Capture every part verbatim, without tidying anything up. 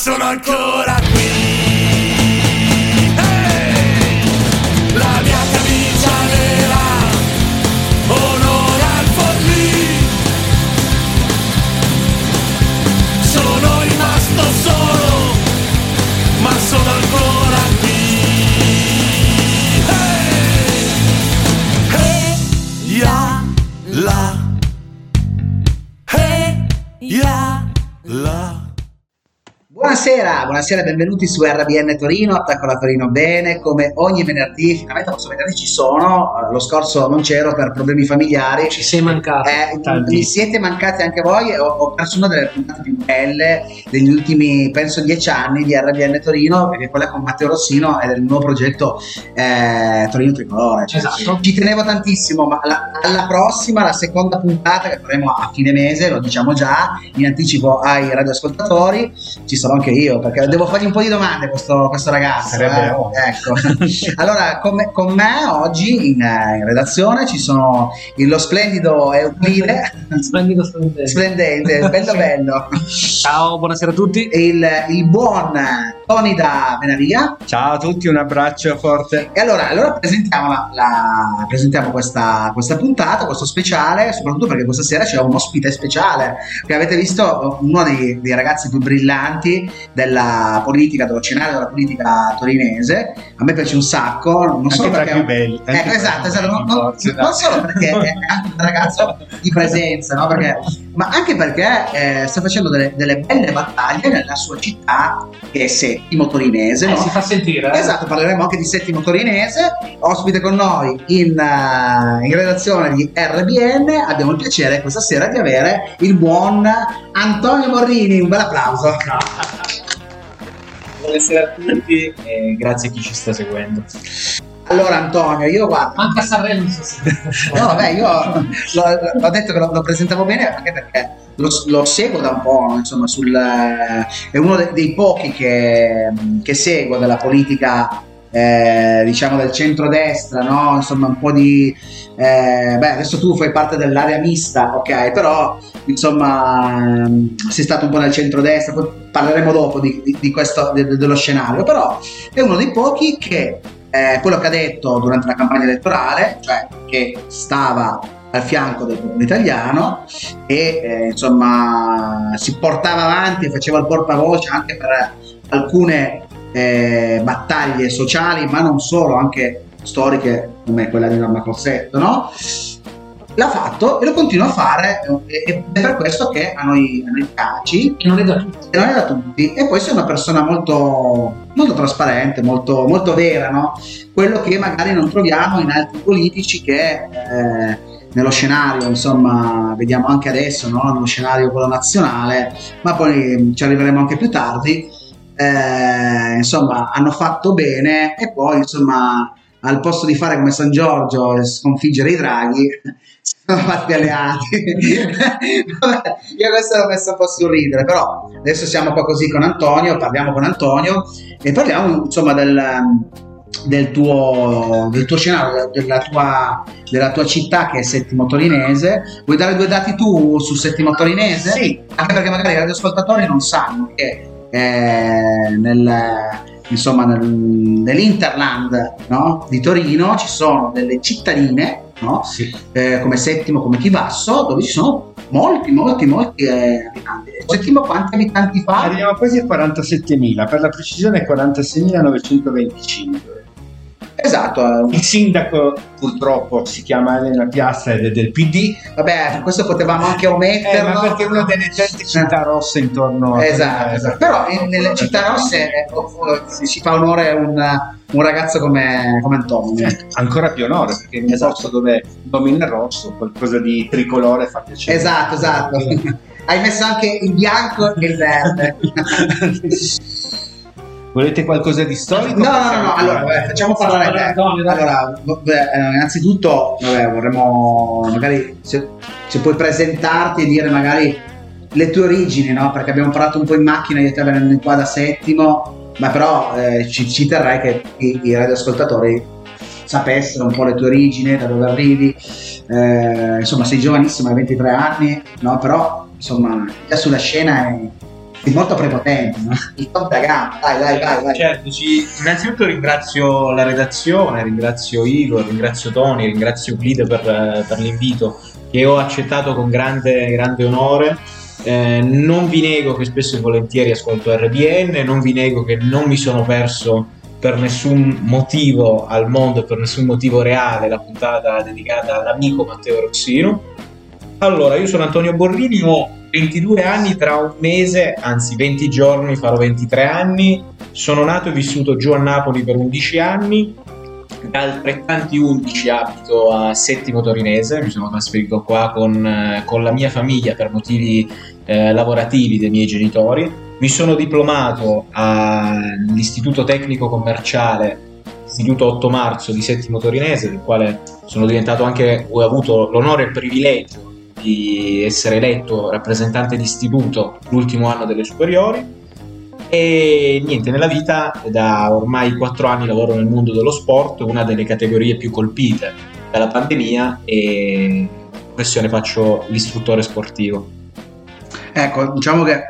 sono ancora qui. Hey! La mia camicia nera onora il Forlì. Sono rimasto solo, ma sono ancora qui. Hey! Hey! Ya la. Hey! Ya la. Buonasera, buonasera, benvenuti su R B N Torino, attacco la Torino bene, come ogni venerdì, finalmente questo venerdì ci sono, lo scorso non c'ero per problemi familiari. Ci sei mancato. Eh, mi siete mancati anche voi, ho, ho perso una delle puntate più belle degli ultimi, penso, dieci anni di R B N Torino, perché quella con Matteo Rossino è del nuovo progetto eh, Torino Tricolore. Cioè, esatto. Ci tenevo tantissimo, ma la, alla prossima, la seconda puntata che faremo a fine mese, lo diciamo già, in anticipo ai radioascoltatori, ci sarò anche io, perché devo fargli un po' di domande a questo, questo ragazzo. Eh? Ecco. Allora, con me, con me oggi in, in redazione ci sono il, lo splendido Euclide. Splendido, splendente. Splendente, bello bello. Ciao, buonasera a tutti. Il, il buon Tony da Venaria. Ciao a tutti, un abbraccio forte. E allora, allora presentiamo, la, la, presentiamo questa, questa puntata, questo speciale, soprattutto perché questa sera c'è un ospite speciale, che avete visto uno dei, dei ragazzi più brillanti della politica, dello scenario della politica torinese. A me piace un sacco, non anche solo tra perché più belli, ecco, esatto, esatto, non, non, non solo perché è anche un ragazzo di presenza, no? Perché, ma anche perché eh, sta facendo delle, delle belle battaglie nella sua città, che è Settimo Torinese, eh, no? Si fa sentire, eh? Esatto, parleremo anche di Settimo Torinese. Ospite con noi in, uh, in redazione di R B N abbiamo il piacere questa sera di avere il buon Antonio Morrini. Un bel applauso. Buonasera a tutti e grazie a chi ci sta seguendo. Allora Antonio, io guardo. Manca Sanremo, non so se... No, vabbè, io l'ho, l'ho detto che lo, lo presentavo bene anche perché lo, lo seguo da un po', insomma, sul, è uno dei, dei pochi che, che seguo della politica, eh, diciamo, del centrodestra, no? Insomma, un po' di... Eh, beh, adesso tu fai parte dell'area mista, ok, però insomma sei stato un po' nel centrodestra, poi parleremo dopo di, di, di questo, de, dello scenario, però è uno dei pochi che... Eh, quello che ha detto durante la campagna elettorale, cioè che stava al fianco del popolo italiano e eh, insomma si portava avanti e faceva il portavoce anche per alcune eh, battaglie sociali, ma non solo, anche storiche come quella di Norma Corsetto, no? L'ha fatto e lo continua a fare, e è per questo che a noi, a noi piaci, E non è da tutti. e non è da tutti. E poi sei una persona molto, molto trasparente, molto, molto vera, no? Quello che magari non troviamo in altri politici che eh, nello scenario, insomma, vediamo anche adesso, no? Nello scenario quello nazionale, ma poi ci arriveremo anche più tardi, eh, insomma, hanno fatto bene e poi, insomma, al posto di fare come San Giorgio e sconfiggere i draghi, si sono fatti alleati. Io questo l'ho messo un po' sul ridere, però adesso siamo qua così con Antonio, parliamo con Antonio e parliamo, insomma, del, del tuo del tuo scenario, della tua, della tua città, che è Settimo Torinese. Vuoi dare due dati tu su Settimo Torinese? Sì. Anche perché magari i radioascoltatori non sanno che eh, nel insomma nel, nell'Interland, no? Di Torino ci sono delle cittadine, no? Sì. Eh, come Settimo, come Chivasso, dove ci sono molti molti molti eh, abitanti. Settimo quanti abitanti fa? Arriviamo quasi a quarantasettemila, per la precisione quarantaseimilanovecentoventicinque. Esatto. Il sindaco purtroppo si chiama Elena Piazza ed è del P D. Vabbè, questo potevamo anche Eh, ometterlo. ma perché è una delle tante città rosse intorno a Esatto, esatto. Però in- nelle città rosse eh, oh, oh, si, si fa onore a un, un ragazzo come, come Antonio. Eh, ancora più onore, perché in un Esatto. posto dove domina il rosso qualcosa di tricolore fa piacere. Esatto, esatto. Hai messo anche il bianco e il verde. Volete qualcosa di storico? No, no, no, no. Allora, vabbè, facciamo parlare te. Antonio, dai. Allora, vabbè, eh, innanzitutto, vabbè, vorremmo magari se, se puoi presentarti e dire magari le tue origini, no? Perché abbiamo parlato un po' in macchina io e te venendo qua da Settimo, ma però eh, ci, ci terrei che i, i radioascoltatori sapessero un po' le tue origini, da dove arrivi. Eh, insomma, sei giovanissimo, hai ventitré anni, no? Però insomma, già sulla scena hai, Sei molto prepotente, no? Il top da gamba, dai, dai, dai, dai. Certo, sì. Innanzitutto ringrazio la redazione, ringrazio Igor, ringrazio Tony, ringrazio Glide per, per l'invito che ho accettato con grande, grande onore. Eh, non vi nego che spesso e volentieri ascolto R B N, non vi nego che non mi sono perso per nessun motivo al mondo, per nessun motivo reale, la puntata dedicata all'amico Matteo Rossino. Allora, io sono Antonio Borrini, ho ventidue anni, tra un mese, anzi venti giorni, farò ventitré anni. Sono nato e vissuto giù a Napoli per undici anni. Da altrettanti undici abito a Settimo Torinese, mi sono trasferito qua con, eh, con la mia famiglia per motivi eh, lavorativi dei miei genitori. Mi sono diplomato all'Istituto Tecnico Commerciale, Istituto otto marzo di Settimo Torinese, del quale sono diventato anche, ho avuto l'onore e il privilegio di essere eletto rappresentante d'istituto l'ultimo anno delle superiori. E niente, nella vita da ormai quattro anni lavoro nel mondo dello sport, una delle categorie più colpite dalla pandemia, e in professione faccio l'istruttore sportivo. Ecco, diciamo che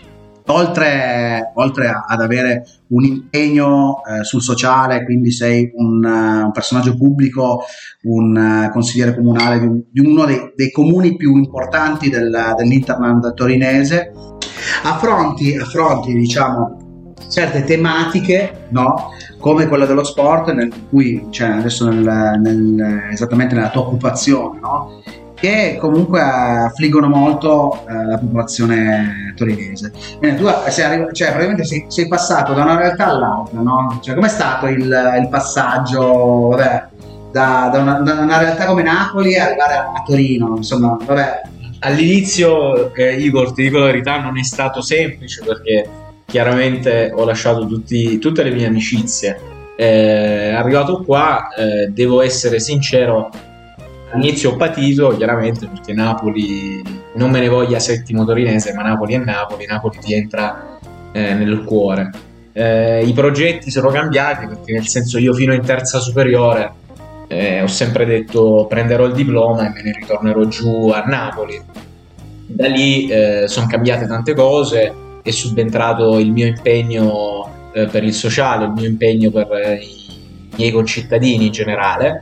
oltre, oltre a- ad avere un impegno eh, sul sociale, quindi sei un, eh, un personaggio pubblico, un eh, consigliere comunale di, un- di uno dei, dei comuni più importanti del- dell'Interland torinese, affronti, affronti diciamo certe tematiche, no? Come quella dello sport, nel cui, cioè adesso nel, nel- esattamente nella tua occupazione, no? Che comunque affliggono molto eh, la popolazione torinese. Bene, tu sei, arri- cioè, praticamente sei, sei passato da una realtà all'altra, no? Cioè, com'è stato il, il passaggio, vabbè, da, da una, da una realtà come Napoli a arrivare a, a Torino, insomma, vabbè. All'inizio, eh, Igor, ti dico la verità, non è stato semplice perché chiaramente ho lasciato tutti- tutte le mie amicizie. Eh, arrivato qua, eh, devo essere sincero, all'inizio ho patito chiaramente perché Napoli, non me ne voglia Settimo Torinese, ma Napoli è Napoli, Napoli ti entra eh, nel cuore. Eh, I progetti sono cambiati perché, nel senso, io fino in terza superiore eh, ho sempre detto prenderò il diploma e me ne ritornerò giù a Napoli. Da lì eh, sono cambiate tante cose, è subentrato il mio impegno eh, per il sociale, il mio impegno per eh, i miei concittadini in generale,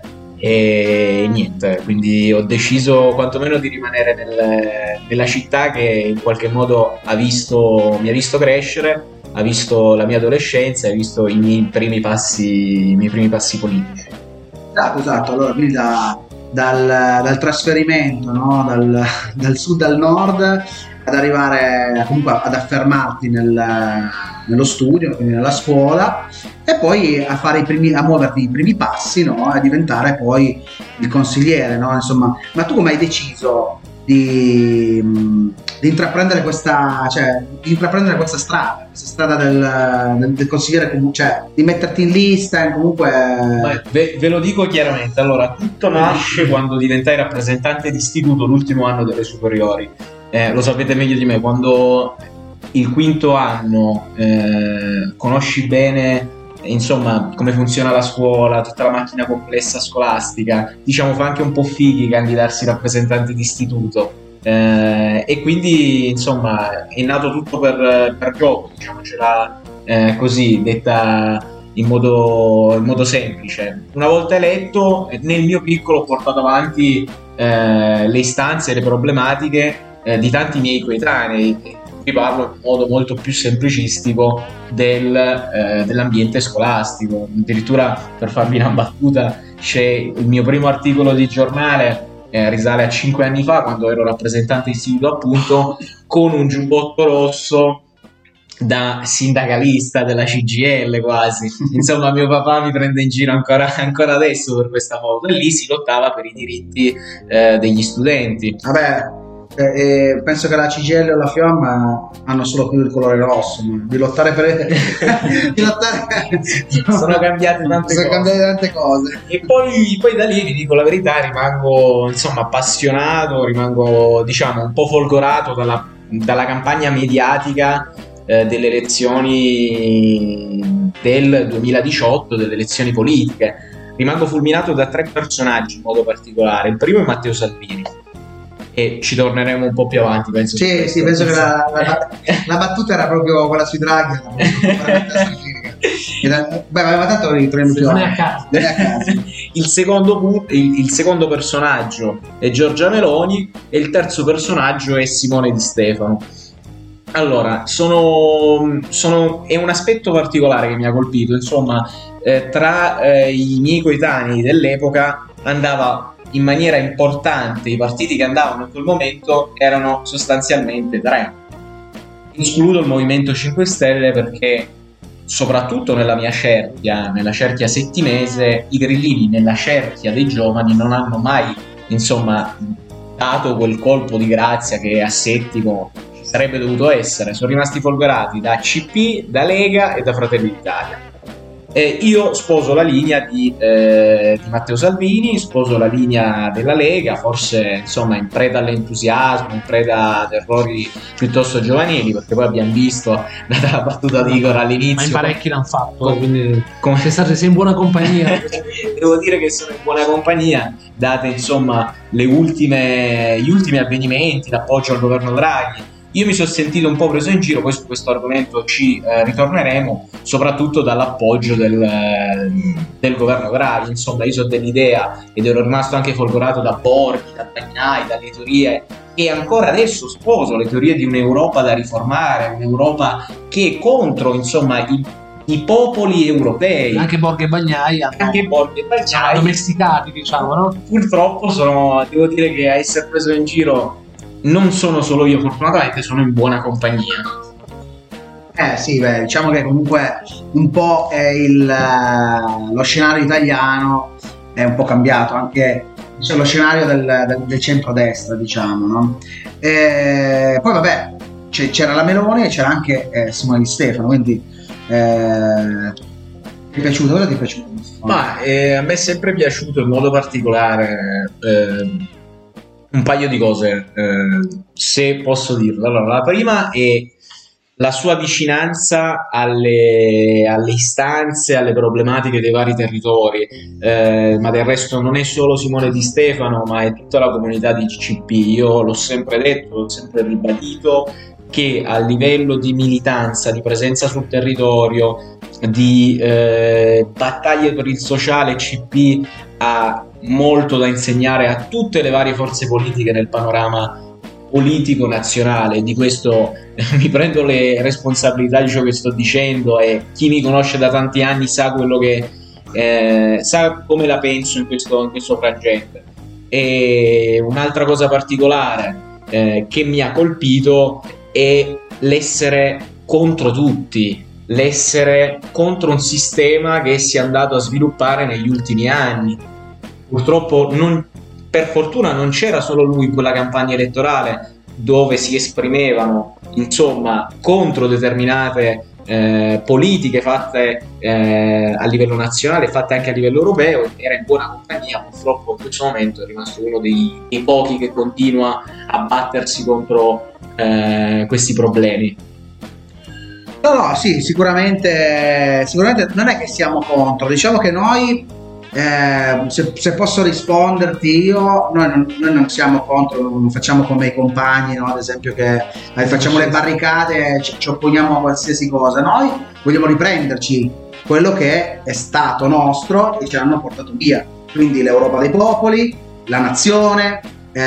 e niente, quindi ho deciso quantomeno di rimanere nel- nella città che in qualche modo ha visto, mi ha visto crescere, ha visto la mia adolescenza, ha visto i miei primi passi, i miei primi passi politici. Esatto, esatto. Allora, quindi da- dal, dal trasferimento, no? dal, dal sud al nord, ad arrivare comunque ad affermarti nel- nello studio, quindi nella scuola, e poi a fare i primi, a muoverti i primi passi, no? A diventare poi il consigliere, no? Insomma, ma tu come hai deciso di, mh, di intraprendere questa, cioè, di intraprendere questa strada, questa strada del, del, del consigliere comunque, cioè di metterti in lista e comunque. Ma ve, ve lo dico chiaramente, allora tutto nasce quando diventai rappresentante d'istituto l'ultimo anno delle superiori. Eh, lo sapete meglio di me, quando il quinto anno eh, conosci bene insomma come funziona la scuola, tutta la macchina complessa scolastica, diciamo fa anche un po' fighi candidarsi rappresentanti d'istituto. Eh, e quindi insomma è nato tutto per, per gioco, diciamocela eh, così, detta in modo, in modo semplice. Una volta eletto, nel mio piccolo ho portato avanti eh, le istanze e le problematiche eh, di tanti miei coetanei. Vi parlo in modo molto più semplicistico del, eh, dell'ambiente scolastico. Addirittura, per farvi una battuta, c'è il mio primo articolo di giornale, eh, risale a cinque anni fa, quando ero rappresentante istituto, appunto, con un giubbotto rosso da sindacalista della C G I L quasi. Insomma, mio papà mi prende in giro ancora, ancora adesso per questa foto, e lì si lottava per i diritti eh, degli studenti. Vabbè, eh, eh, penso che la C G I L e la FIOM hanno solo più il colore rosso, ma di lottare per di lottare Sono cambiate tante sono cose. cambiate tante cose. E poi, poi da lì, vi dico la verità, rimango insomma appassionato, rimango diciamo un po' folgorato dalla, dalla campagna mediatica eh, delle elezioni del duemiladiciotto, delle elezioni politiche. Rimango fulminato da tre personaggi in modo particolare. Il primo è Matteo Salvini, e ci torneremo un po' più avanti, penso. Sì, sì, penso che la, la, la battuta era proprio quella sui Draghi. Beh, ma tanto ritorniamo più Non è avanti. a caso. Non è a caso. Il secondo, punto, il, il secondo personaggio è Giorgia Meloni e il terzo personaggio è Simone Di Stefano. Allora, sono, sono, è un aspetto particolare che mi ha colpito, insomma, eh, tra eh, i miei coetanei dell'epoca andava in maniera importante, i partiti che andavano in quel momento erano sostanzialmente tre. Escludo il Movimento cinque Stelle perché soprattutto nella mia cerchia, nella cerchia settimese, i grillini nella cerchia dei giovani non hanno mai, insomma, dato quel colpo di grazia che a Settimo sarebbe dovuto essere. Sono rimasti folgorati da C P, da Lega e da Fratelli d'Italia. E io sposo la linea di, eh, di Matteo Salvini, sposo la linea della Lega, forse insomma in preda all'entusiasmo, in preda ad errori piuttosto giovanili, perché poi abbiamo visto, data la battuta di Igor all'inizio, Ma in parecchi l'hanno fatto, come- quindi come- sei, stato, sei in buona compagnia. devo dire che sono in buona compagnia, date insomma le ultime, gli ultimi avvenimenti, l'appoggio al governo Draghi. Io mi sono sentito un po' preso in giro, poi su questo argomento ci eh, ritorneremo, soprattutto dall'appoggio del, eh, del governo Draghi. Insomma, io sono dell'idea, ed ero rimasto anche folgorato da Borghi, da Bagnai, dalle teorie, e ancora adesso sposo le teorie di un'Europa da riformare, un'Europa che è contro, insomma, i, i popoli europei. Anche Borghi e Bagnai hanno, Anche Borghi e sono Bagnai domesticati, diciamo, no? purtroppo sono, devo dire che a essere preso in giro non sono solo io, fortunatamente sono in buona compagnia. Eh sì, beh, diciamo che comunque un po' è il, eh, lo scenario italiano è un po' cambiato, anche cioè, lo scenario del, del, del centrodestra, diciamo, no? E poi vabbè, c'è- c'era la Meloni e c'era anche eh, Simone Di Stefano, quindi eh, ti è piaciuto? Cosa ti è piaciuto? Ma eh, a me è sempre piaciuto in modo particolare eh, un paio di cose, eh, se posso dirlo. Allora, la prima è la sua vicinanza alle, alle istanze, alle problematiche dei vari territori, eh, ma del resto non è solo Simone Di Stefano, ma è tutta la comunità di C P. Io l'ho sempre detto, l'ho sempre ribadito, che a livello di militanza, di presenza sul territorio, di eh, battaglie per il sociale, C P ha molto da insegnare a tutte le varie forze politiche nel panorama politico nazionale. Di questo mi prendo le responsabilità di ciò che sto dicendo, e chi mi conosce da tanti anni sa quello che eh, sa come la penso in questo, in questo frangente. E un'altra cosa particolare eh, che mi ha colpito è l'essere contro tutti, l'essere contro un sistema che si è andato a sviluppare negli ultimi anni. Purtroppo, non, per fortuna, non c'era solo lui in quella campagna elettorale dove si esprimevano, insomma, contro determinate eh, politiche fatte eh, a livello nazionale, fatte anche a livello europeo. Era in buona compagnia. Purtroppo in questo momento è rimasto uno dei, dei pochi che continua a battersi contro eh, questi problemi. No, no, sì, sicuramente, sicuramente non è che siamo contro, diciamo che noi, eh, se, se posso risponderti io, noi non, noi non siamo contro, non facciamo come i compagni, no? Ad esempio che eh, facciamo le barricate, ci, ci opponiamo a qualsiasi cosa. Noi vogliamo riprenderci quello che è stato nostro e ci hanno portato via, quindi l'Europa dei popoli, la nazione.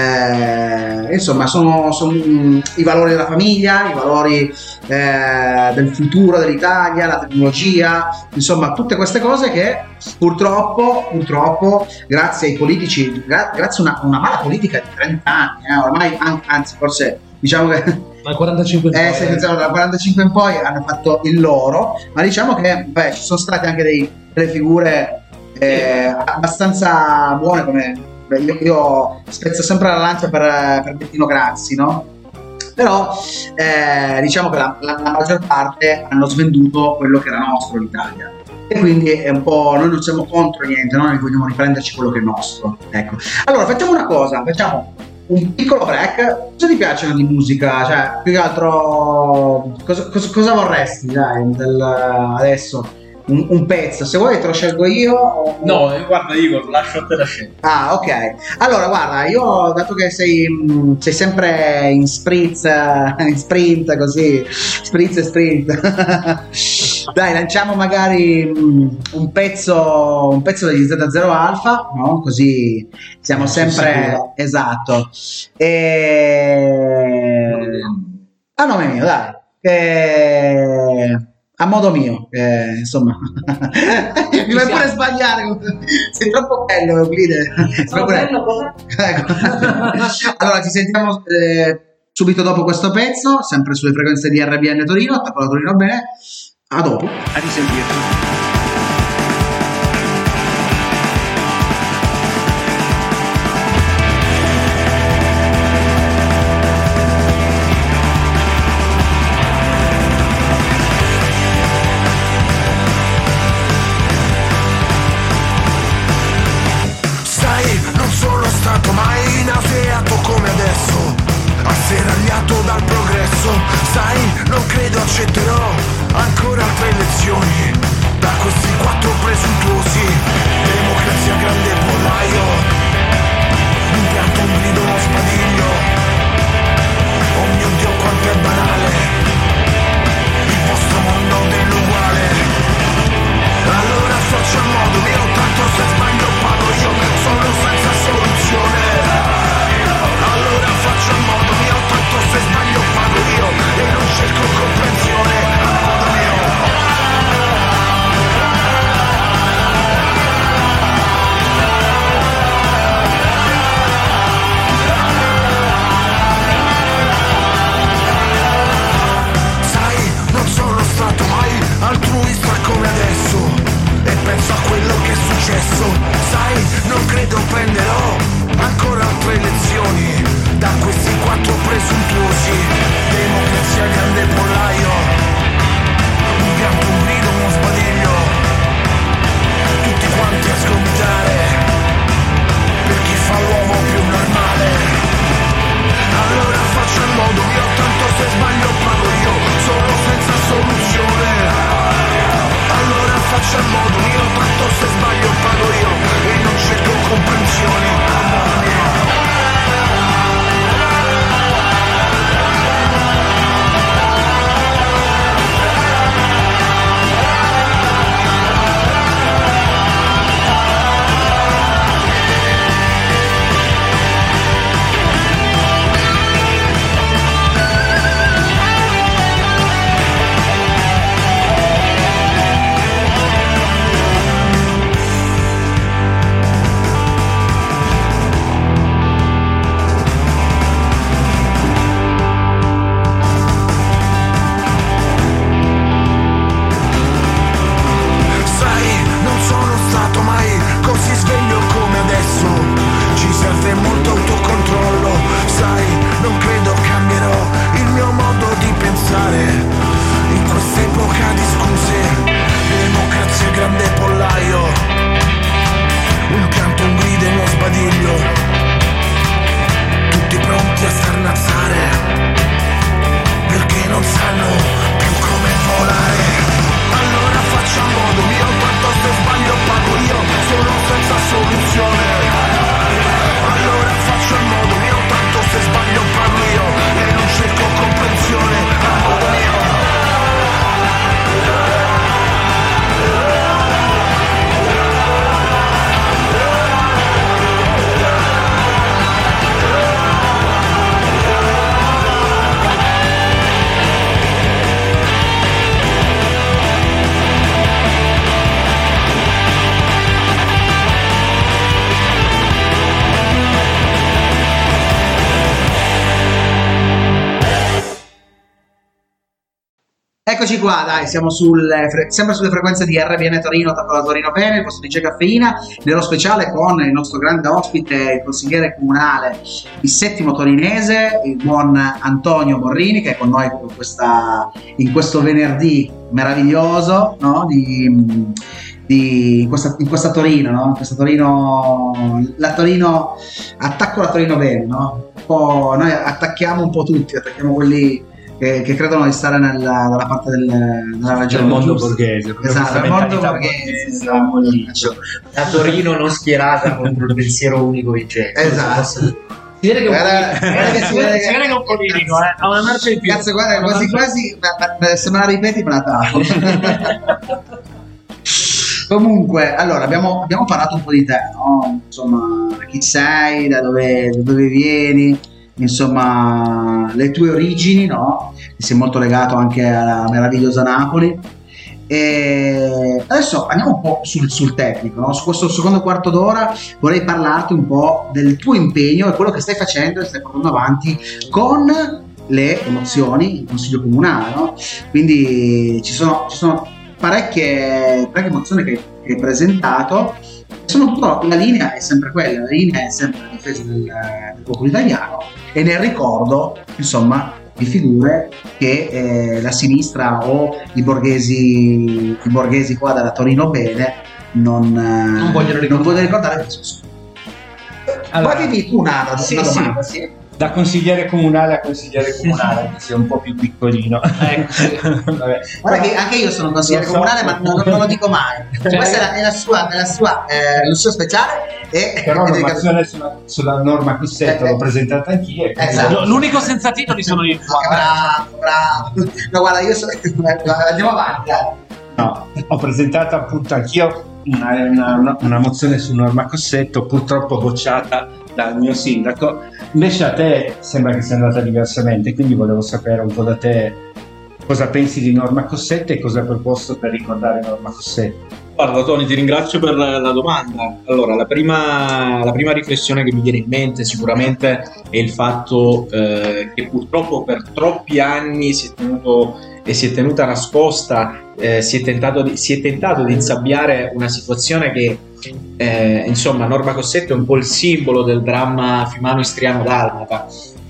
Eh, insomma, sono, sono mm, i valori della famiglia, i valori eh, del futuro dell'Italia, la tecnologia, insomma, tutte queste cose che purtroppo, purtroppo, grazie ai politici, gra- grazie a una, una mala politica di trenta anni, eh, ormai, an- anzi, forse diciamo che Dal quarantacinque in eh, poi, se eh. pensiamo dal quarantacinque in poi hanno fatto il loro, ma diciamo che beh, ci sono state anche dei, delle figure eh, abbastanza buone, come beh, io, io spezzo sempre la lancia per, per Bettino Craxi, no? Però eh, diciamo che la, la, la maggior parte hanno svenduto quello che era nostro, l'Italia, e quindi è un po', noi non siamo contro niente, noi vogliamo riprenderci quello che è nostro, ecco. Allora facciamo una cosa, facciamo un piccolo break. Cosa ti piace di musica? Cioè, più che altro cosa, cosa, cosa vorresti, dai, del, adesso un, un pezzo. Se vuoi te lo scelgo io o... No, eh, guarda Igor, lascio a te la scelta. Ah, ok. Allora, guarda, io dato che sei, mh, sei sempre in spritz, eh, in sprint, così, spritz e sprint, dai, lanciamo magari mh, un pezzo, un pezzo degli Z zero Alpha, no? Così siamo sempre sicuro. esatto. E... a nome mio, dai. E... a modo mio, eh, insomma, mi fai pure sbagliare, sei troppo bello, Euclide. Oh, bello, com'è? Ecco. Allora, ci sentiamo eh, subito dopo questo pezzo, sempre sulle frequenze di R B N Torino, attacco la Torino bene, a dopo, a risentirci. Mai nauseato come adesso, asseragliato dal progresso. Sai, non credo accetterò ancora altre lezioni da questi quattro presuntuosi. Democrazia, grande pollaio, un pianto, un grido, uno spadiglio. Oh mio Dio, quanto è banale il vostro mondo dell'uguale. Allora faccio a modo mio, tanto se sbaglio pago io, sono senza soluzione. Allora faccio a modo mio, tanto se sbaglio pago io, e non cerco comprensione, a modo mio. Sai, non sono stato mai altruista come adesso, e penso a quello che è successo. Sai, non credo prenderò ancora altre lezioni da questi quattro presuntuosi. Democrazia, grande pollaio, un pianto, un grido, uno sbadiglio. Tutti quanti a sgomitare per chi fa l'uomo più normale. Allora faccio il modo mio, tanto se sbaglio pago io, sono senza soluzione. Allora faccio il modo mio, tanto se sbaglio pago io, e non cerco comprensione, amore mio. Eccoci qua, dai, siamo sulle fre- sempre sulle frequenze di R B N Torino, attacco la Torino bene, il vostro D J Caffeina, nello speciale con il nostro grande ospite, il consigliere comunale di Settimo Torinese, il buon Antonio Morrini, che è con noi in, questa, in questo venerdì meraviglioso, no? Di, di in, questa, in questa Torino, no? In questa Torino, la Torino, attacco la Torino bene, no? Un po', noi attacchiamo un po' tutti, attacchiamo quelli che, che credono di stare nella, dalla parte del, della Del ragione mondo giusta. borghese, proprio Esatto, questa il mondo mentalità borghese, da molliccio. La Torino non schierata contro il pensiero unico vincente. Esatto. Si vede che è un Guarda- po' guarda che si vede che- si vede che è un politico, eh. Ha una marcia in più. Cazzo, guarda, quasi quasi ma- ma- se me la ripeti me la taglio. Comunque, allora abbiamo, abbiamo parlato un po' di te, no? Insomma, chi sei, da dove, da dove vieni, insomma, le tue origini, no? Ti sei molto legato anche alla meravigliosa Napoli. E adesso andiamo un po' sul, sul tecnico, no? Su questo secondo quarto d'ora vorrei parlarti un po' del tuo impegno e quello che stai facendo e stai portando avanti con le emozioni in consiglio comunale, no? Quindi ci sono, ci sono parecchie, parecchie emozioni che, che hai presentato. Soprattutto la linea è sempre quella, la linea è sempre la difesa del, del popolo italiano e nel ricordo, insomma, di figure che eh, la sinistra o i borghesi, i borghesi qua della Torino Bene non, eh, Non vogliono ricordare. non vogliono ricordare questo. Allora, Poi dimmi tu una, una sì, domanda, sì. sì. Da consigliere comunale a consigliere comunale, anche se è un po' più piccolino. Ecco, sì. Vabbè. Guarda che anche io sono consigliere Lo so. comunale, ma non, non lo dico mai. Cioè, Questa è la, è la sua, è la sua, eh, lo suo speciale. E, Però ed la è- normazione sulla, sulla norma Cossetto Eh, eh. l'ho presentata anch'io. e quindi- Esatto. L'unico senza titoli sono io. Bravo, bravo. No, guarda, io sono. Andiamo avanti. dai. No, ho presentato appunto anch'io una, una- una- una mozione su norma Cossetto, purtroppo bocciata dal mio sindaco. Invece a te sembra che sia andata diversamente, quindi volevo sapere un po' da te cosa pensi di norma Cossetto e cosa hai proposto per ricordare norma Cossetto. Guarda Tony, ti ringrazio per la, la domanda. Allora, la prima, la prima riflessione che mi viene in mente sicuramente è il fatto eh, che purtroppo per troppi anni si è tenuto e si è tenuta nascosta, eh, si, è tentato di, si è tentato di insabbiare una situazione che, eh, insomma, Norma Cossetto è un po' il simbolo del dramma fiumano-istriano-dalmata,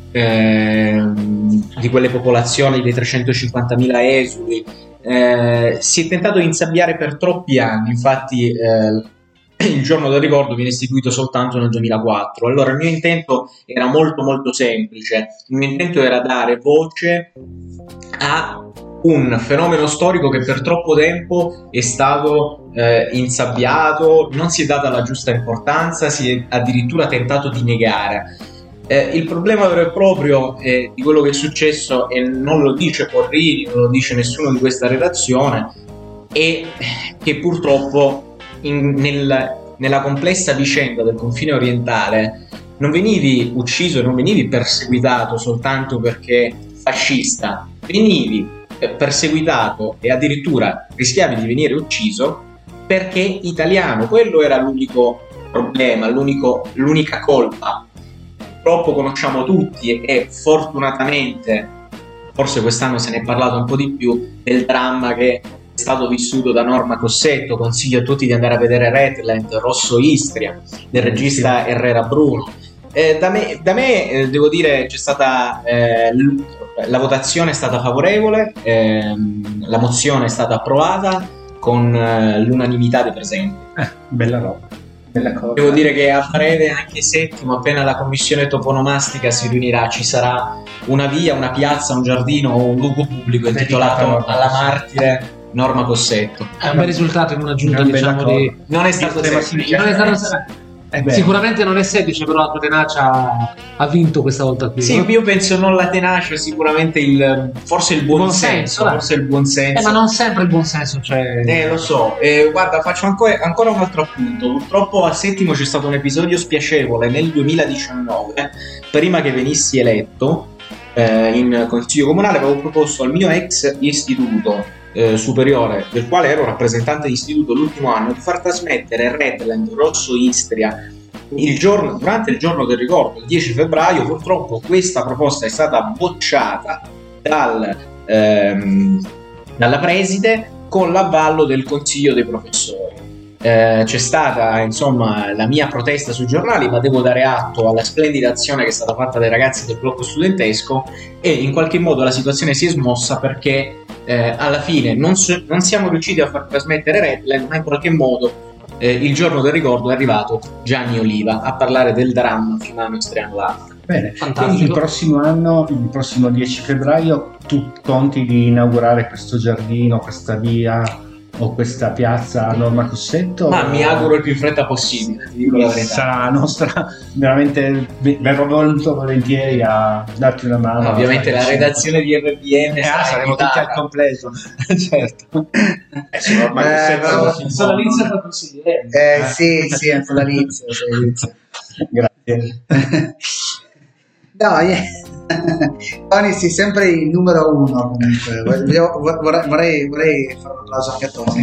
ehm, di quelle popolazioni dei trecentocinquantamila esuli. Eh, si è tentato di insabbiare per troppi anni, infatti eh, il giorno del ricordo viene istituito soltanto nel duemilaquattro. Allora il mio intento era molto molto semplice, il mio intento era dare voce a un fenomeno storico che per troppo tempo è stato eh, insabbiato, non si è data la giusta importanza, si è addirittura tentato di negare. Eh, il problema vero e proprio eh, di quello che è successo, e non lo dice Porrini, non lo dice nessuno di questa redazione, è che purtroppo in- nel- nella complessa vicenda del confine orientale non venivi ucciso e non venivi perseguitato soltanto perché fascista, venivi eh, perseguitato e addirittura rischiavi di venire ucciso perché italiano. Quello era l'unico problema, l'unico, l'unica colpa. Purtroppo conosciamo tutti e fortunatamente, forse quest'anno se ne è parlato un po' di più, del dramma che è stato vissuto da Norma Cossetto. Consiglio a tutti di andare a vedere Redland, Rosso Istria, del regista Herrera Bruno. Eh, da me, da me eh, devo dire c'è stata eh, l- la votazione è stata favorevole, ehm, la mozione è stata approvata con eh, l'unanimità dei presenti. Eh, bella roba, bella cosa. Devo dire che a breve, anche settimo, appena la commissione toponomastica si riunirà, ci sarà una via, una piazza, un giardino o un luogo pubblico intitolato Dedicato a alla martire Norma Cossetto. È un bel risultato in una giunta, Una bella diciamo, di... Non è stato Sistema semplice. Non è stato... Eh beh, Sicuramente non è semplice, però la tua tenacia ha vinto questa volta qui. Sì, no? io penso non la tenacia, sicuramente il forse il buon, Buon senso, senso, dai. forse il buon senso. Eh, ma non sempre il buon senso, cioè... Eh, lo so. Eh, guarda, faccio ancora, ancora un altro appunto. Purtroppo al settimo c'è stato un episodio spiacevole nel duemiladiciannove, prima che venissi eletto eh, in consiglio comunale. Avevo proposto al mio ex istituto eh, superiore, del quale ero rappresentante di istituto l'ultimo anno, di far trasmettere Redland, Rosso Istria il giorno, durante il giorno del ricordo, il dieci febbraio. Purtroppo questa proposta è stata bocciata dal, ehm, dalla preside con l'avallo del consiglio dei professori. Eh, c'è stata insomma la mia protesta sui giornali, ma devo dare atto alla splendida azione che è stata fatta dai ragazzi del blocco studentesco, e in qualche modo la situazione si è smossa perché eh, alla fine non, so, non siamo riusciti a far trasmettere Redland, ma in qualche modo Eh, il giorno del ricordo è arrivato Gianni Oliva a parlare del dramma fiumano-istriano-dalmata. Bene, Fantastico. quindi il prossimo anno, il prossimo dieci febbraio, tu conti di inaugurare questo giardino, questa via o questa piazza a Norma Cossetto? Ma mi auguro il più in fretta possibile, ti dico la verità. Sarà nostra, veramente verrò molto volentieri a darti una mano. No, ovviamente la redazione di R B N Eh, sarà ah, saremo tutti invitata. al completo. Certo. Eh, sì, Norma Eh, Cossetto, però- sì, Sono no. l'inizio del consigliere. Eh, sì, sì, è sodalizio, sodalizio. Grazie. No, niente. Tony, sei sempre il numero uno comunque. Voglio- Vorrei, vorrei, vorrei fare un applauso anche a Tony.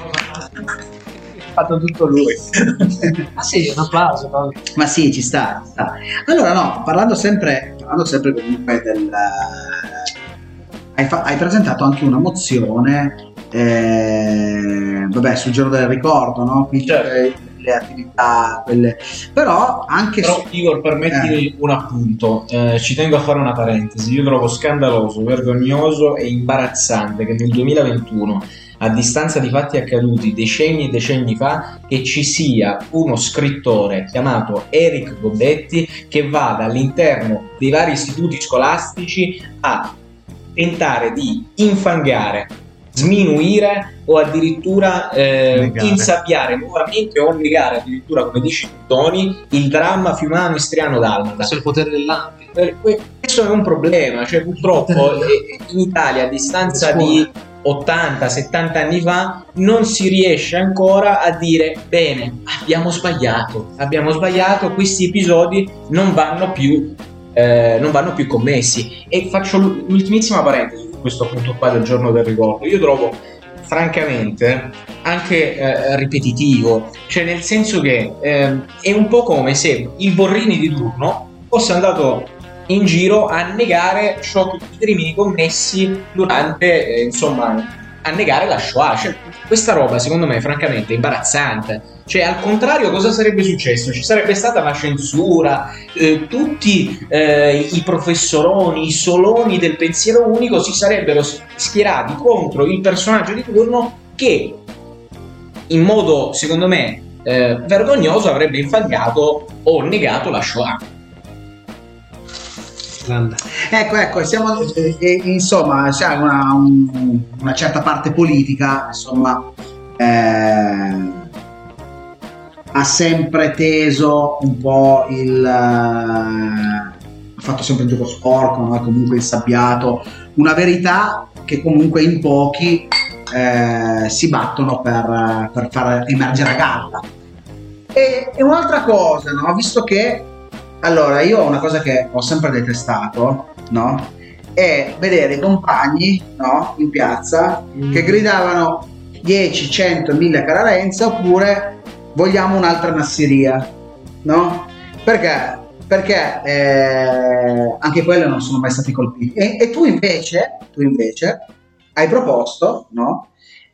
Ha fatto tutto lui. Ah sì, un applauso. Tony. Ma sì, ci sta, ci sta. Allora, no, parlando sempre, parlando sempre comunque del... Hai, fa- hai presentato anche una mozione, eh, vabbè, sul giorno del ricordo, no? Quindi Certo. eh, le attività, quelle... Però anche Però su... Igor, permettimi un appunto. Eh, ci tengo a fare una parentesi. Io trovo scandaloso, vergognoso e imbarazzante che nel duemilaventuno, a distanza di fatti accaduti decenni e decenni fa, che ci sia uno scrittore chiamato Eric Gobetti che vada all'interno dei vari istituti scolastici a tentare di infangare, sminuire o addirittura eh, Negare. insabbiare nuovamente o negare addirittura, come dici tu, Tony, il dramma fiumano istriano dalmata. Questo è il potere dell'ampio. Per que- Questo è un problema, cioè purtroppo eh, in Italia a distanza di ottanta settanta anni fa non si riesce ancora a dire bene, abbiamo sbagliato, abbiamo sbagliato, questi episodi non vanno più eh, non vanno più commessi. E faccio l'u- l'ultimissima parentesi su questo punto qua del giorno del ricordo. Io trovo francamente anche eh, ripetitivo, cioè nel senso che eh, è un po' come se il Borrini di turno fosse andato in giro a negare ciò che i crimini commessi durante, eh, insomma, a negare la Shoah. Cioè, questa roba secondo me francamente è imbarazzante. Cioè, al contrario, cosa sarebbe successo? Ci sarebbe stata una censura, eh, tutti eh, i professoroni, i soloni del pensiero unico si sarebbero schierati contro il personaggio di turno che in modo, secondo me, eh, vergognoso avrebbe infangato o negato la Shoah. Grande. Ecco, ecco, siamo, eh, eh, insomma, c'è una, un- una certa parte politica, insomma, eh, ha sempre teso un po' il... eh, ha fatto sempre il gioco sporco, no? Comunque insabbiato, una verità che comunque in pochi eh, si battono per, per far emergere a galla. E, e un'altra cosa, no? Visto che allora io ho una cosa che ho sempre detestato, no? È vedere i compagni, no? In piazza che gridavano dieci, cento, mille cara Renzi, oppure vogliamo un'altra Nassiria, no? Perché? Perché eh, anche quelli non sono mai stati colpiti. E, e tu invece, tu invece hai proposto, no?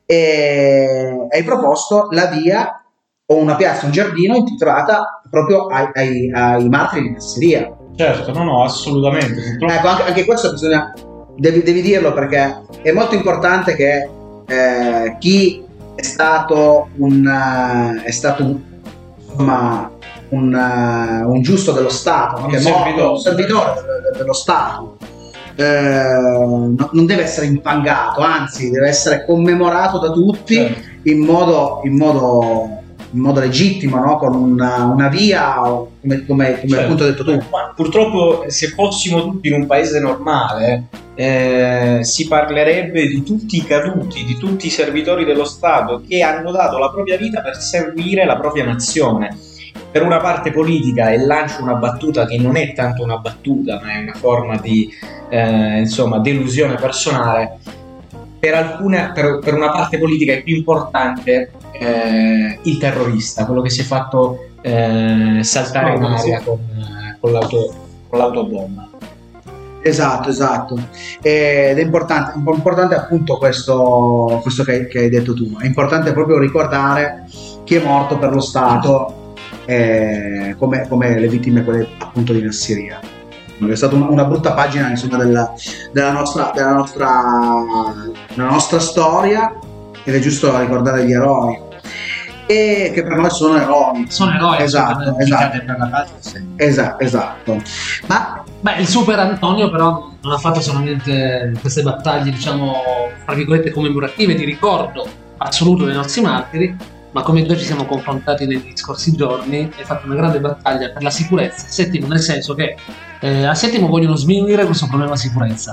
E, hai proposto la via o una piazza, un giardino intitolata proprio ai, ai, ai martiri di Nassiria. Certo, no, no, assolutamente. Purtroppo Ecco, anche, anche questo bisogna, devi, devi dirlo, perché è molto importante che eh, chi è stato un, eh, è stato un, insomma, un, eh, un giusto dello Stato, no? Un Che è morto, servitore. un servitore de- de- dello Stato, eh, no- non deve essere infangato, anzi deve essere commemorato da tutti, Certo. in modo, in modo, in modo legittimo, no? Con una, una via, o come, come, come Certo. appunto hai detto tu. Ma purtroppo, se fossimo tutti in un paese normale, eh, si parlerebbe di tutti i caduti, di tutti i servitori dello Stato che hanno dato la propria vita per servire la propria nazione. Per una parte politica, e lancio una battuta che non è tanto una battuta, ma è una forma di eh, insomma, delusione personale. Per, alcune, per, per una parte politica è più importante eh, il terrorista, quello che si è fatto eh, saltare in aria con, con, l'auto, con l'autobomba. Esatto, esatto. Ed è importante, è importante appunto questo, questo che, che hai detto tu. È importante proprio ricordare chi è morto per lo Stato, eh, come, come le vittime quelle appunto di Nassiria. È stata una, una brutta pagina, insomma, della, della, nostra, della, nostra, della nostra storia, ed è giusto ricordare gli eroi. e che per noi sono eroi. Sono eroi, Esatto, assolutamente. esatto. per la patria, sì. Esatto, esatto. Ma Beh, il Super Antonio però non ha fatto solamente queste battaglie, diciamo, tra virgolette commemorative, di ricordo assoluto dei nostri martiri, ma come già ci siamo confrontati negli scorsi giorni, è fatta una grande battaglia per la sicurezza a Settimo, nel senso che eh, a Settimo vogliono sminuire questo problema sicurezza,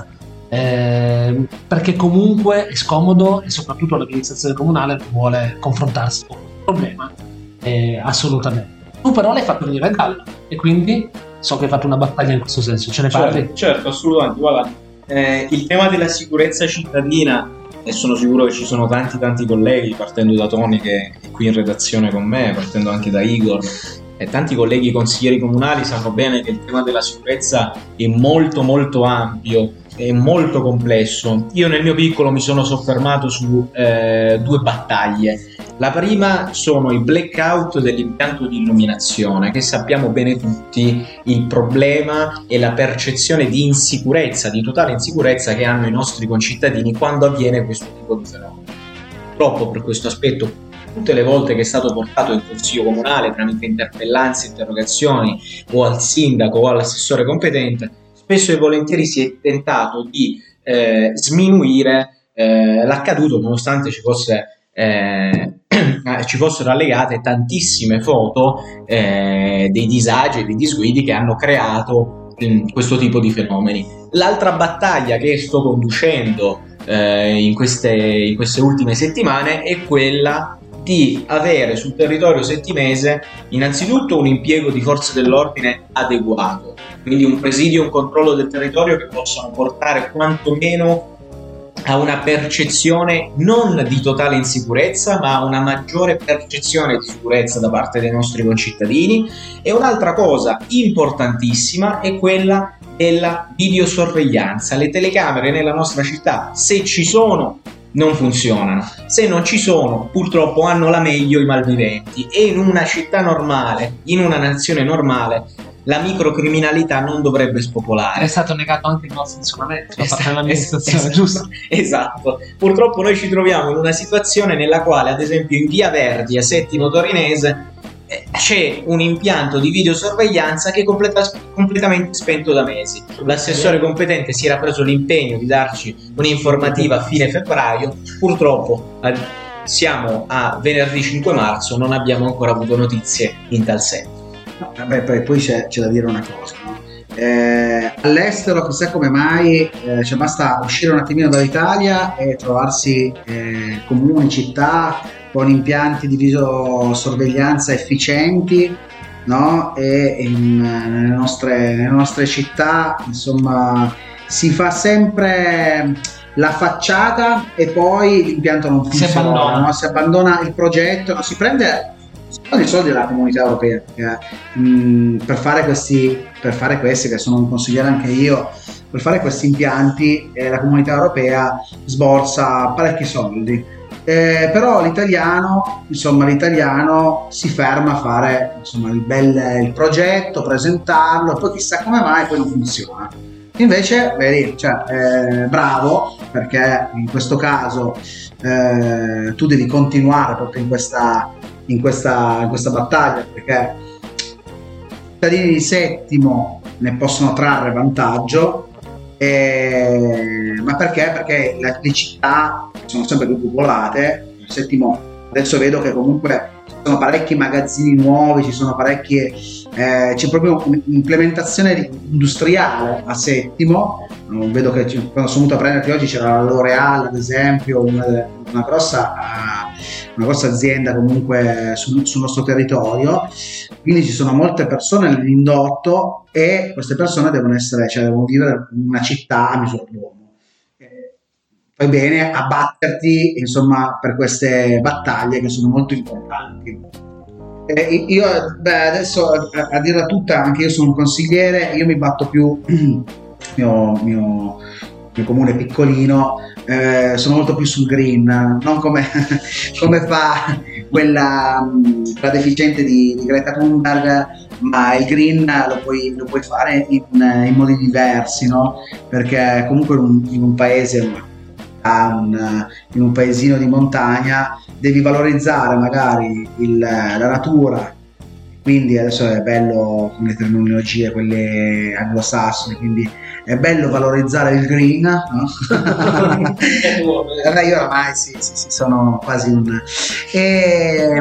eh, perché comunque è scomodo e soprattutto l'amministrazione comunale non vuole confrontarsi con questo problema, eh, assolutamente. Tu però l'hai fatto venire a galla e quindi so che hai fatto una battaglia in questo senso, ce ne parli? Certo, certo, assolutamente. Guarda, eh, il tema della sicurezza cittadina, e sono sicuro che ci sono tanti tanti colleghi, partendo da Tony che è qui in redazione con me, partendo anche da Igor, e tanti colleghi consiglieri comunali sanno bene che il tema della sicurezza è molto molto ampio, è molto complesso. Io nel mio piccolo mi sono soffermato su eh, due battaglie. La prima sono i blackout dell'impianto di illuminazione, che sappiamo bene tutti il problema e la percezione di insicurezza, di totale insicurezza che hanno i nostri concittadini quando avviene questo tipo di fenomeno. Purtroppo per questo aspetto, tutte le volte che è stato portato in consiglio comunale tramite interpellanze, interrogazioni o al sindaco o all'assessore competente, spesso e volentieri si è tentato di eh, sminuire eh, l'accaduto, nonostante ci fosse eh, ci fossero allegate tantissime foto eh, dei disagi e dei disguidi che hanno creato mh, questo tipo di fenomeni. L'altra battaglia che sto conducendo eh, in, queste, in queste ultime settimane è quella di avere sul territorio settimese innanzitutto un impiego di forze dell'ordine adeguato, quindi un presidio e un controllo del territorio che possano portare quantomeno a una percezione non di totale insicurezza, ma a una maggiore percezione di sicurezza da parte dei nostri concittadini. E un'altra cosa importantissima è quella della videosorveglianza. Le telecamere nella nostra città, se ci sono, non funzionano, se non ci sono purtroppo hanno la meglio i malviventi, e in una città normale, in una nazione normale, la microcriminalità non dovrebbe spopolare. È stato negato anche il nostro funzionamento da parte Esatto, dell'amministrazione, esatto, giusto? Esatto. Purtroppo noi ci troviamo in una situazione nella quale, ad esempio, in via Verdi a Settimo Torinese eh, c'è un impianto di videosorveglianza che è completa- completamente spento da mesi. L'assessore competente si era preso l'impegno di darci un'informativa a fine febbraio. Purtroppo eh, siamo a venerdì cinque marzo, non abbiamo ancora avuto notizie in tal senso. no, vabbè, poi, poi c'è, c'è da dire una cosa, no? Eh, all'estero chissà come mai, eh, cioè basta uscire un attimino dall'Italia e trovarsi eh, comuni, città con impianti di videosorveglianza efficienti, no? E in, nelle, nostre, nelle nostre città insomma si fa sempre la facciata e poi l'impianto non Si funziona, abbandona. no? Si abbandona il progetto, no? Si prende si prendono i soldi della comunità europea, perché, mh, per fare questi per fare questi che sono un consigliere anche io, per fare questi impianti eh, la comunità europea sborsa parecchi soldi, eh, però l'italiano insomma l'italiano si ferma a fare insomma il bel il progetto, presentarlo, poi chissà come mai poi non funziona. Invece vedi, cioè, eh, bravo, perché in questo caso eh, tu devi continuare proprio in questa in questa, in questa battaglia, perché i cittadini di Settimo ne possono trarre vantaggio, eh, ma perché? Perché le, le città sono sempre più popolate. Settimo, adesso vedo che comunque ci sono parecchi magazzini nuovi, ci sono parecchie eh, c'è proprio un'implementazione industriale a Settimo. Non vedo che ci, quando sono venuto a prenderti oggi c'era la L'Oreal ad esempio, una, una grossa una grossa azienda comunque sul, sul nostro territorio, quindi ci sono molte persone nell'indotto e queste persone devono essere, cioè devono vivere in una città a misura d'uomo. Fai bene a batterti insomma per queste battaglie che sono molto importanti. Eh, io beh, adesso a, a dirla tutta, anche io sono un consigliere, io mi batto più mio, mio, mio comune piccolino, eh, sono molto più sul green, non come, come fa quella la deficiente di, di Greta Thunberg, ma il green lo puoi, lo puoi fare in, in modi diversi, no? Perché comunque in un, in un paese un, in un paesino di montagna, devi valorizzare magari il, la natura. Quindi adesso è bello con le terminologie quelle anglosassoni, quindi è bello valorizzare il green, no? Allora io oramai sì, sì, sì, sono quasi un... E,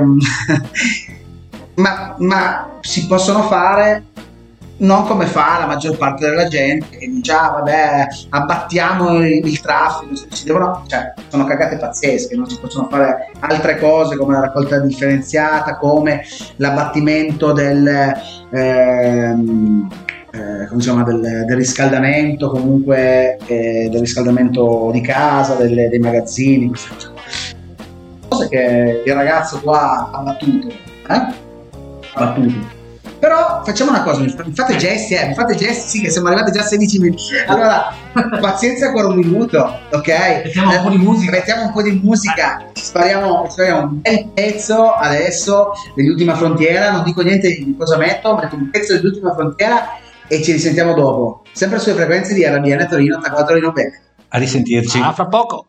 ma, ma si possono fare non come fa la maggior parte della gente che dice ah vabbè abbattiamo il, il traffico, si devono, cioè sono cagate pazzesche, non si possono fare altre cose come la raccolta differenziata, come l'abbattimento del ehm, eh, come si chiama, del, del riscaldamento, comunque eh, del riscaldamento di casa, delle, dei magazzini, queste cose cose che il ragazzo qua ha battuto, eh? ha battuto. Però facciamo una cosa, mi fate gesti, eh, mi fate gesti, sì, che siamo arrivati già a sedici minuti. Allora, pazienza ancora un minuto, ok? Mettiamo un po' di musica. Mettiamo un po' di musica, spariamo, spariamo un bel pezzo adesso dell'Ultima Frontiera, non dico niente di cosa metto, metto un pezzo dell'Ultima Frontiera e ci risentiamo dopo. Sempre sulle frequenze di R B N Torino ottantaquattro Torino Bene. A risentirci. Ah, fra poco.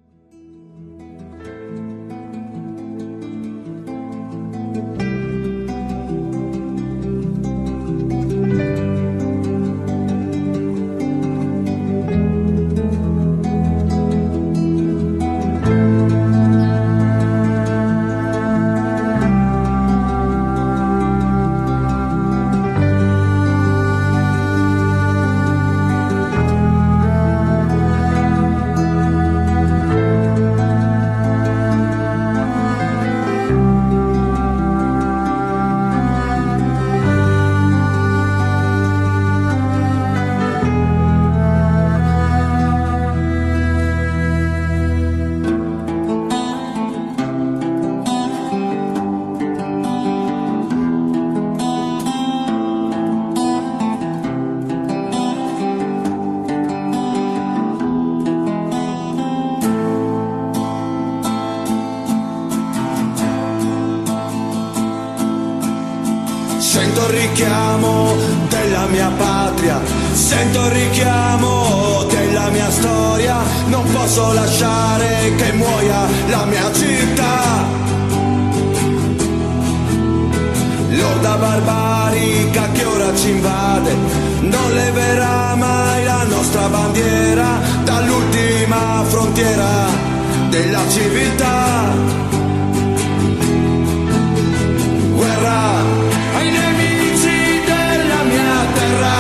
Sento il richiamo della mia patria, sento il richiamo della mia storia, non posso lasciare che muoia la mia città. L'orda barbarica che ora ci invade non leverà mai la nostra bandiera dall'ultima frontiera della civiltà. Guerra ai nemici della mia terra,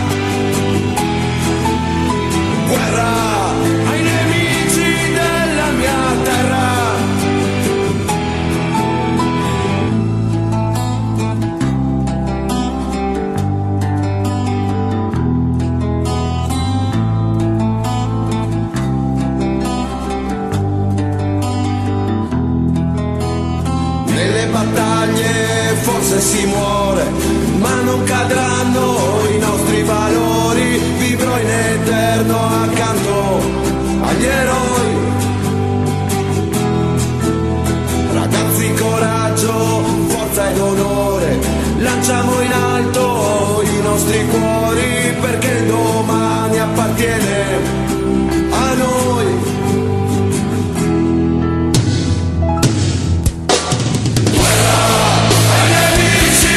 guerra ai nemici della mia terra. Nelle battaglie forse si muore, ma non cadranno i nostri valori, vivrò in eterno accanto agli eroi. Ragazzi, coraggio, forza ed onore, lanciamo in alto i nostri cuori, perché il domani appartiene a noi. Guerra ai nemici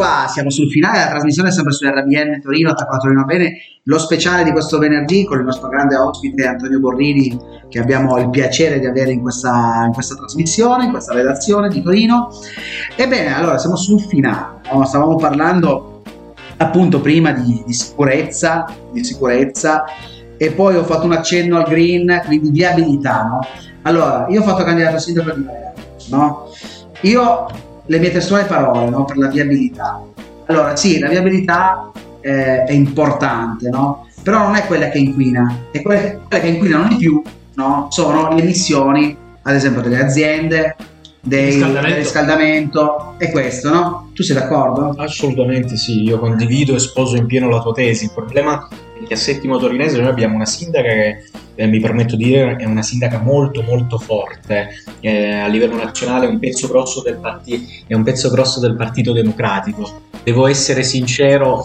qua, siamo sul finale della trasmissione, sempre su R B N Torino, attaccato Torino Bene, lo speciale di questo venerdì con il nostro grande ospite Antonio Borrini, che abbiamo il piacere di avere in questa, in questa trasmissione, in questa redazione di Torino. Ebbene, allora siamo sul finale, no? Stavamo parlando appunto prima di, di sicurezza, di sicurezza, e poi ho fatto un accenno al green, quindi viabilità, no? Allora, io ho fatto candidato sindaco di Palermo, no? Io, le mie testuali parole, no? Per la viabilità. Allora, sì, la viabilità eh, è importante, no? Però non è quella che inquina, e quelle, quelle che inquinano di più, no? Sono le emissioni, ad esempio, delle aziende, dei, riscaldamento. del riscaldamento, e questo, no? Tu sei d'accordo? Assolutamente sì, io condivido e sposo in pieno la tua tesi. Il problema è che a Settimo Torinese noi abbiamo una sindaca che, eh, mi permetto di dire, è una sindaca molto molto forte, eh, a livello nazionale è un pezzo grosso del, parti- è un pezzo grosso del Partito Democratico. Devo essere sincero,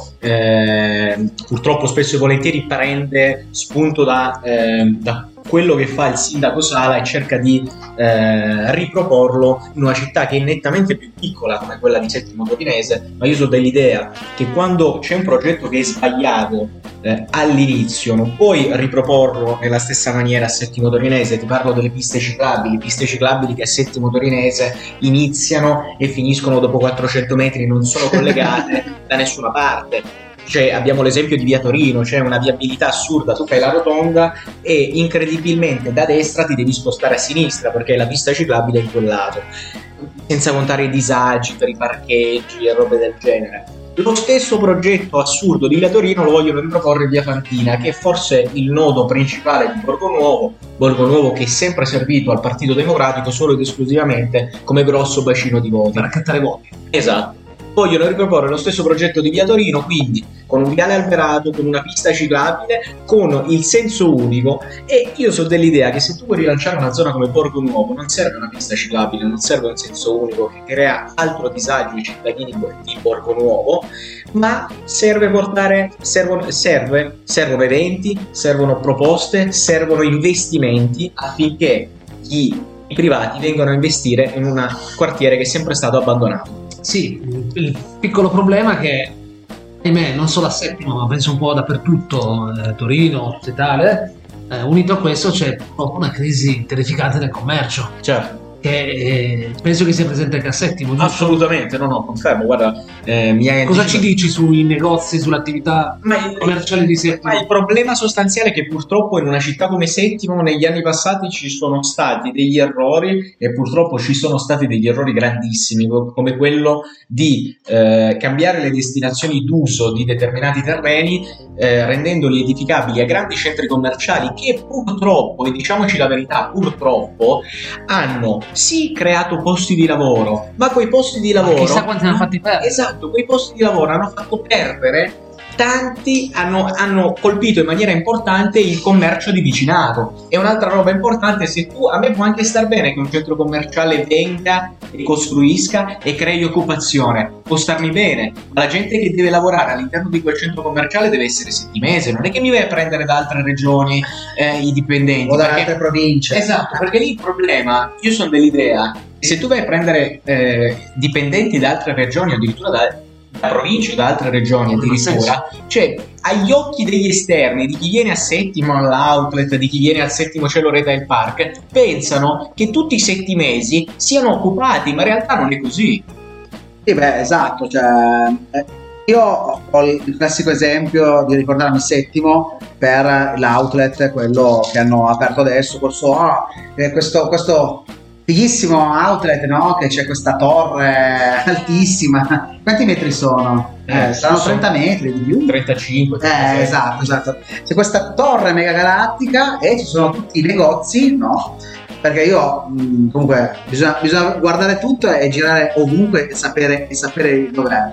eh, purtroppo spesso e volentieri prende spunto da, eh, da quello che fa il sindaco Sala e cerca di eh, riproporlo in una città che è nettamente più piccola come quella di Settimo Torinese, ma io sono dell'idea che quando c'è un progetto che è sbagliato eh, all'inizio non puoi riproporlo nella stessa maniera a Settimo Torinese. Ti parlo delle piste ciclabili, piste ciclabili che a Settimo Torinese iniziano e finiscono dopo quattrocento metri, non sono collegate da nessuna parte. Cioè, abbiamo l'esempio di via Torino, c'è una viabilità assurda, tu fai la rotonda e incredibilmente da destra ti devi spostare a sinistra perché la pista ciclabile è in quel lato, senza contare i disagi per i parcheggi e robe del genere. Lo stesso progetto assurdo di via Torino lo vogliono riproporre via Fantina, che è forse il nodo principale di Borgo Nuovo, Borgo Nuovo che è sempre servito al Partito Democratico solo ed esclusivamente come grosso bacino di voti. Per raccattare voti. Esatto. Vogliono riproporre lo stesso progetto di via Torino, quindi con un viale alberato, con una pista ciclabile, con il senso unico, e io sono dell'idea che se tu vuoi rilanciare una zona come Borgo Nuovo non serve una pista ciclabile, non serve un senso unico che crea altro disagio ai cittadini di Borgo Nuovo, ma serve portare, servono, serve, servono eventi, servono proposte, servono investimenti affinché gli privati vengano a investire in un quartiere che è sempre stato abbandonato. Sì, il piccolo problema è che, ahimè, non solo a Settimo, ma penso un po' dappertutto, eh, Torino, tutta Italia, eh, unito a questo c'è proprio una crisi terrificante del commercio, Certo. che eh, penso che sia presente anche a Settimo, giusto? Assolutamente, no, no, confermo, guarda, eh, mi hai Cosa anticipato- ci dici sui negozi, sull'attività Ma il, commerciali di Settimo? ma il problema sostanziale è che purtroppo in una città come Settimo negli anni passati ci sono stati degli errori, e purtroppo ci sono stati degli errori grandissimi, co- come quello di eh, cambiare le destinazioni d'uso di determinati terreni, eh, rendendoli edificabili a grandi centri commerciali che purtroppo, e diciamoci la verità, purtroppo hanno sì creato posti di lavoro, ma quei posti di Ma lavoro chissà quanti ne hanno fatti perdere. Esatto, quei posti di lavoro hanno fatto perdere tanti, hanno, hanno colpito in maniera importante il commercio di vicinato. E un'altra roba importante, se tu, a me può anche star bene che un centro commerciale venga e costruisca e crei occupazione, può starmi bene, ma la gente che deve lavorare all'interno di quel centro commerciale deve essere settimese, non è che mi vai a prendere da altre regioni eh, i dipendenti, O da perché- altre province. Esatto, perché lì il problema, io sono dell'idea, se tu vai a prendere eh, dipendenti da altre regioni, addirittura da, da province, da altre regioni Non ha addirittura, cioè agli occhi degli esterni, di chi viene a Settimo all'outlet, di chi viene al Settimo Cielo Retail Park, pensano che tutti i settimesi siano occupati, ma in realtà non è così. Sì, beh, esatto, cioè, eh, io ho il classico esempio di ricordarmi Settimo per l'outlet, quello che hanno aperto adesso, questo, ah, eh, questo, questo fighissimo outlet, no? Che c'è questa torre altissima. Quanti metri sono? Eh, Eh, saranno sono- trenta metri di più. trentacinque Eh, esatto, esatto. C'è questa torre mega galattica e ci sono tutti i negozi, no? Perché io mh, comunque bisogna, bisogna guardare tutto e girare ovunque e sapere, e sapere dov'è.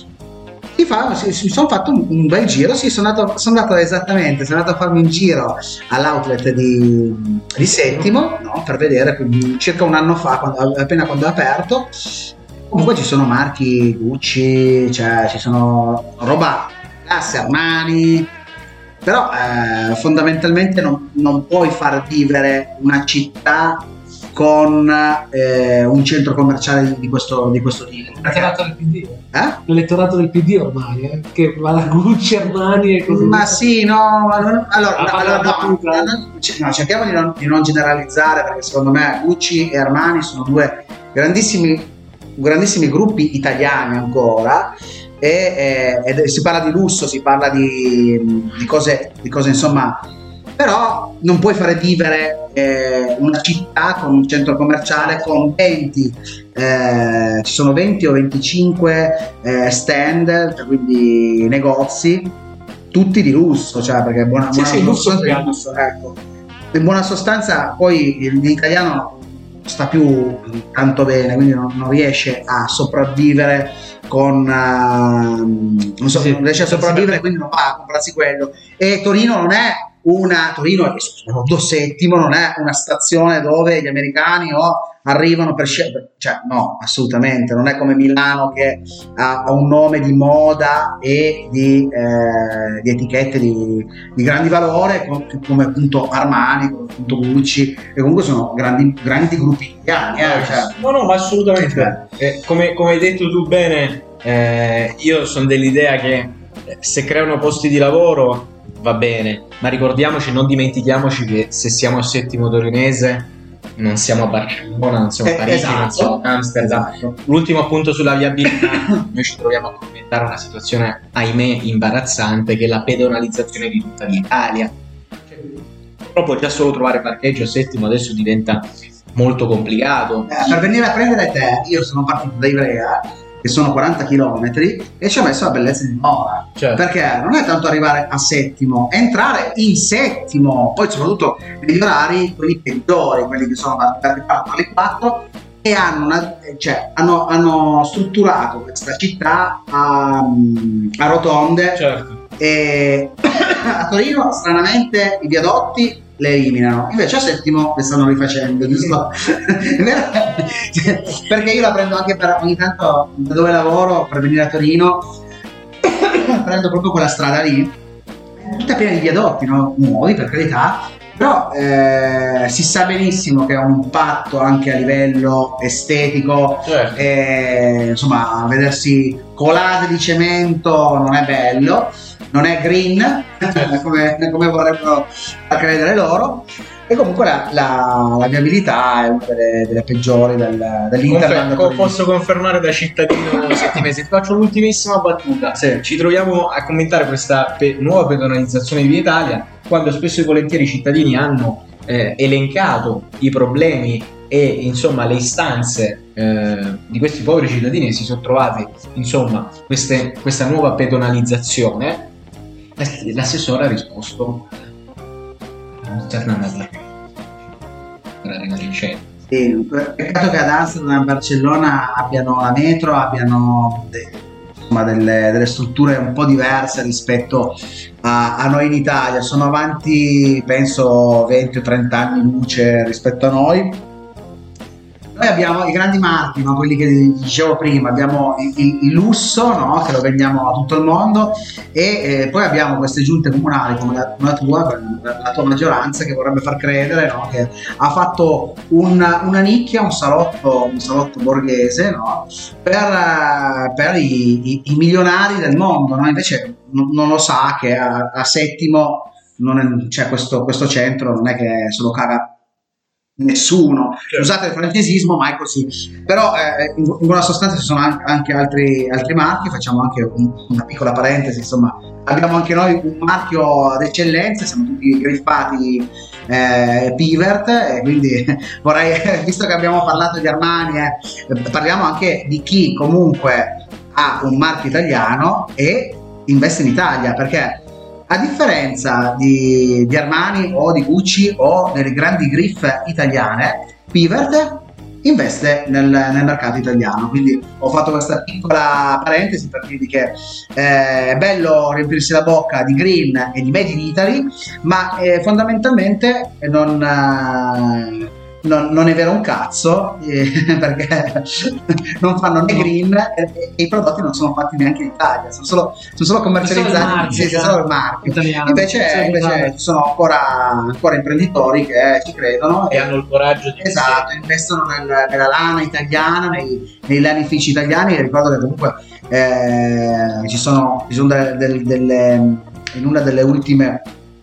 Si fa, si, si sono fatto un, un bel giro, sì, sono andato, sono andato esattamente, sono andato a farmi un giro all'outlet di, di Settimo, no? Per vedere, quindi circa un anno fa, quando, appena quando è aperto. Comunque ci sono marchi Gucci, cioè ci sono roba classe Armani, però eh, fondamentalmente non, non puoi far vivere una città con eh, un centro commerciale di, di, questo, di questo tipo. L'elettorato del P D, Eh? L'elettorato del P D ormai, eh? Che va da Gucci, Armani e così. Ma sì, no, allora, allora, Ah, allora parla no, battuta. no, no, no, cerchiamo di non, di non generalizzare, perché secondo me Gucci e Armani sono due grandissimi, grandissimi gruppi italiani ancora. E, e, e si parla di lusso, si parla di, di cose, di cose insomma, però non puoi fare vivere eh, una città con un centro commerciale con venti eh, ci sono venti o venticinque eh, stand, cioè quindi negozi tutti di lusso, cioè perché buona, Sì, buona sì, lusso sostanza più di lusso, ecco. In buona sostanza poi l'italiano sta più tanto bene, quindi non, non riesce a sopravvivere con uh, non, so, Sì, non riesce a sì, sopravvivere, sì. quindi non va a comprarsi quello. E Torino non è una Torino è do settimo, non è una stazione dove gli americani o arrivano per scegliere, cioè no, assolutamente non è come Milano che ha, ha un nome di moda e di, eh, di etichette di, di grandi valore, com- come appunto Armani, come appunto Gucci, e comunque sono grandi, grandi gruppi italiani, eh, cioè. No, no, ma assolutamente. Eh, come, come hai detto tu bene, eh, io sono dell'idea che eh, se creano posti di lavoro va bene, ma ricordiamoci, non dimentichiamoci che se siamo al settimo torinese non siamo a Barcellona, non siamo a Eh, Parigi, esatto. non siamo a Amsterdam. Esatto. L'ultimo appunto sulla viabilità, noi ci troviamo a commentare una situazione, ahimè, imbarazzante, che è la pedonalizzazione di tutta l'Italia. Purtroppo già solo trovare parcheggio a settimo adesso diventa molto complicato. Eh, per venire a prendere te, io sono partito da Ivrea, che sono quaranta chilometri, e ci ho messo la bellezza di un'ora. Certo. Perché non è tanto arrivare a settimo, è entrare in settimo, poi soprattutto negli orari, quelli peggiori, quelli che sono dalle quattro alle quattro, e hanno, una, cioè, hanno, hanno strutturato questa città a, a rotonde. Certo. E a Torino stranamente i viadotti le eliminano, invece a settimo le stanno rifacendo, giusto? È vero? Perché io la prendo anche per ogni tanto da dove lavoro per venire a Torino prendo proprio quella strada lì, tutta piena di viadotti, no? Nuovi per carità, però eh, si sa benissimo che ha un impatto anche a livello estetico. Certo. E, insomma, vedersi colate di cemento non è bello, non è green come, come vorrebbero far credere loro, e comunque la, la, la viabilità è una delle, delle peggiori del, dell'Interland. Confer- co- posso confermare da cittadino settimese. Ti faccio l'ultimissima battuta. Sì. Ci troviamo a commentare questa pe- nuova pedonalizzazione di Via Italia, quando spesso e volentieri i cittadini hanno eh, elencato i problemi e insomma le istanze eh, di questi poveri cittadini, che si sono trovati insomma queste, questa nuova pedonalizzazione. L'assessore ha risposto tornando a per arrivare in centro. Sì, peccato che ad Amsterdam e a Barcellona abbiano la metro, abbiano de- insomma, delle, delle strutture un po' diverse rispetto a, a noi in Italia. Sono avanti penso venti o trenta anni luce rispetto a noi. Noi abbiamo i grandi marchi, no? Quelli che dicevo prima, abbiamo il, il, il lusso, no? Che lo vendiamo a tutto il mondo, e eh, poi abbiamo queste giunte comunali come la, come la tua, la tua maggioranza, che vorrebbe far credere, no? Che ha fatto una, una nicchia, un salotto, un salotto borghese, no? per, per i, i, i milionari del mondo, no? Invece non, non lo sa che a, a Settimo non è, cioè questo, questo centro non è che se lo caga nessuno. Certo. Scusate il francesismo, ma è così. Però eh, in, in buona sostanza ci sono anche, anche altri, altri marchi. Facciamo anche un, una piccola parentesi, insomma, abbiamo anche noi un marchio d'eccellenza, siamo tutti griffati eh, Pivert, e quindi vorrei, visto che abbiamo parlato di Armani, eh, parliamo anche di chi comunque ha un marchio italiano e investe in Italia, perché a differenza di, di Armani o di Gucci o delle grandi griffe italiane, Pivert investe nel, nel mercato italiano. Quindi ho fatto questa piccola parentesi per dirvi che eh, è bello riempirsi la bocca di green e di made in Italy, ma eh, fondamentalmente non, eh, non, non è vero un cazzo, eh, perché non fanno né green e, e i prodotti non sono fatti neanche in Italia, sono solo, sono solo commercializzati, sì, sì, solo il marchio. Italiano. Invece, Sì, invece esatto. ci sono ancora, ancora imprenditori che ci credono E hanno il coraggio di esatto, investono nel- nella lana italiana, nei, nei lanifici italiani. Ricordo che comunque eh, ci sono, ci sono delle, delle- delle- in una delle ultime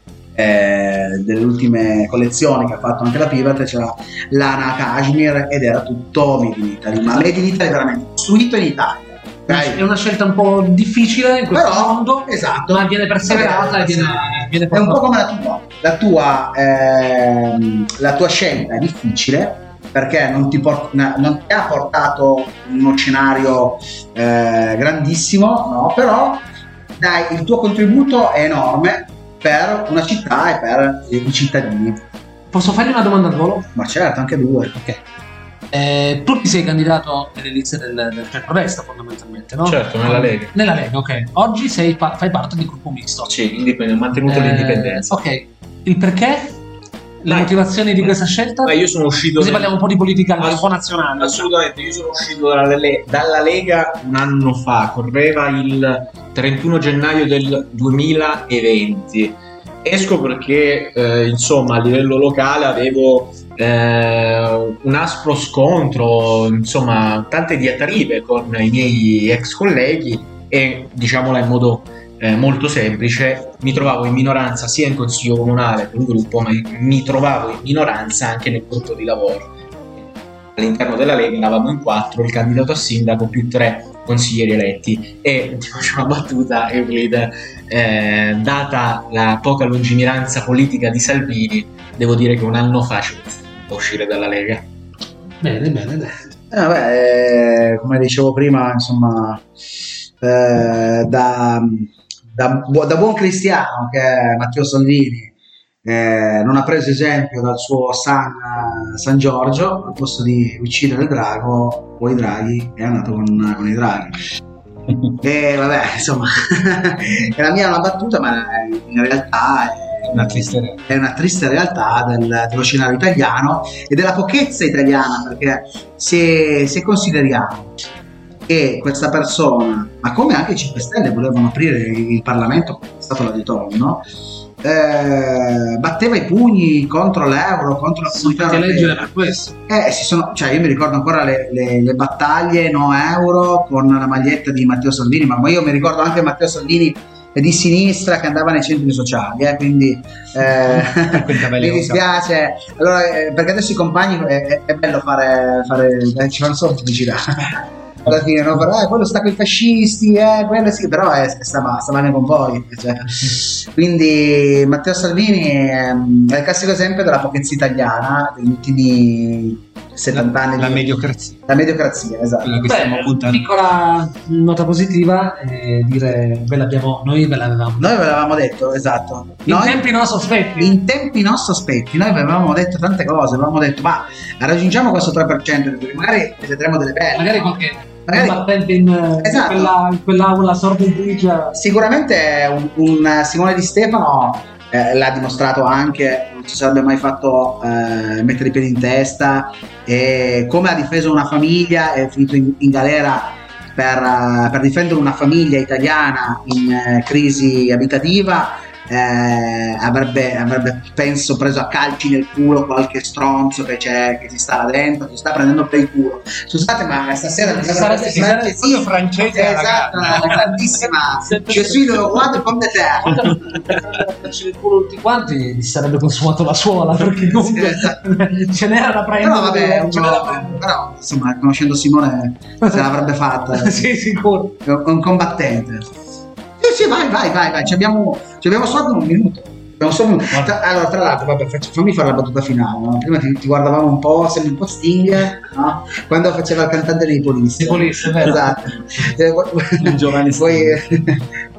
eh, delle ultime collezioni che ha fatto anche la Pivot c'era lana cashmere ed era tutto made in Italy, ma made in Italy veramente costruito in Italia. ok? È una scelta un po' difficile in questo Però, mondo, esatto, ma viene perseverata e viene, viene è un po' portata- come la tua la tua, ehm, la tua scelta è difficile perché non ti, port- na- non ti ha portato uno scenario eh, grandissimo, no? Però dai, il tuo contributo è enorme per una città e per i cittadini. Posso fargli una domanda al volo? Ma certo, anche due. Ok. Eh, tu ti sei candidato nelle liste del, del centrodestra fondamentalmente, no? Certo, nella Lega. Nella Lega, ok. Oggi sei pa- fai parte del gruppo misto. Sì, indipendente, ho mantenuto Eh, l'indipendenza. Ok. Il perché? Le Dai. motivazioni di questa scelta? Ma io sono uscito Così nel- parliamo un po' di politica anche un Ass- po' nazionale. Assolutamente, io sono uscito dalla, Le- dalla Lega un anno fa, correva il trentuno gennaio del duemilaventi. Esco perché eh, insomma a livello locale avevo eh, un aspro scontro, insomma tante diatribe con i miei ex colleghi e diciamola in modo eh, molto semplice, mi trovavo in minoranza sia in consiglio comunale con un gruppo, ma mi trovavo in minoranza anche nel gruppo di lavoro. All'interno della Lega eravamo in quattro, il candidato a sindaco più tre consiglieri eletti e ti faccio una battuta, Euclide, eh, data la poca lungimiranza politica di Salvini, devo dire che un anno fa ci ho pensato a uscire dalla Lega. Bene, bene, bene. Eh, vabbè, eh, come dicevo prima, insomma, eh, da, da, bu- da buon cristiano che è Matteo Salvini, eh, non ha preso esempio dal suo San, San Giorgio, al posto di uccidere il drago o i draghi, è andato con, con i draghi. E vabbè, insomma, è la mia una battuta, ma in realtà è Una triste realtà. è una triste realtà del- dello scenario italiano e della pochezza italiana, perché se, se consideriamo che questa persona, ma come anche i cinque Stelle volevano aprire il Parlamento, come è stato la di Tonno, eh, batteva i pugni contro l'euro, contro la Sono comunità fatti europea. eleggere per questo. Eh, si sono, cioè io mi ricordo ancora le, le- le battaglie no euro con la maglietta di Matteo Salvini, ma io mi ricordo anche Matteo Salvini di sinistra che andava nei centri sociali, eh, quindi eh, Frequentava le mi dispiace. Allora, eh, perché adesso i compagni è, è- è bello fare, fare eh, ci fanno solo pubblicità. Alla fine, no? Però, eh, quello sta con i fascisti, eh, quello sì, però eh, stava, stava bene con voi. Cioè. Quindi Matteo Salvini è, è il classico esempio della pochezza italiana degli ultimi settanta anni La di mediocrazia. la mediocrazia, esatto. Quella che stiamo Beh, puntando. piccola nota positiva è dire ve l'abbiamo, noi ve l'avevamo Noi ve l'avevamo detto, esatto. in Noi, tempi non sospetti. in tempi non sospetti, noi vi avevamo detto tante cose, avevamo detto ma raggiungiamo questo tre per cento, magari vedremo delle belle. Magari qualche Magari- combattente in, Esatto. in, quella, in quell'aula sorda e grigia. Sicuramente un, un Simone Di Stefano eh, l'ha dimostrato anche, non si sarebbe mai fatto eh, mettere i piedi in testa, e come ha difeso una famiglia, è finito in, in galera per, eh, per difendere una famiglia italiana in eh, crisi abitativa. Eh, avrebbe, avrebbe penso preso a calci nel culo qualche stronzo che c'è, che ci sta là dentro, ci sta prendendo per il culo. Scusate, ma stasera mi Si sembra sarebbe- questi si sarebbe- francesi- proprio francese alla esatto, grande. una grandissima je suis le roi de pomme de terre. C'è il culo tutti quanti, gli sarebbe consumato la suola perché comunque Sì, esatto. ce n'era da prendere. Però vabbè, ce n'era da uno- prendere. però insomma, conoscendo Simone se l'avrebbe fatta. Sì, sicuro. È un un combattente. Sì, sì, vai, vai, vai, vai. Ci abbiamo, ci abbiamo solo un minuto. Abbiamo solo un- Tra- allora, tra l'altro, vabbè, faccio- fammi fare la battuta finale. No? Prima ti, ti guardavamo un po', sembri un po' Sting, no? Quando faceva il cantante dei Police. Dei Police, è vero. Esatto. Eh, vuoi- Un giovane vuoi,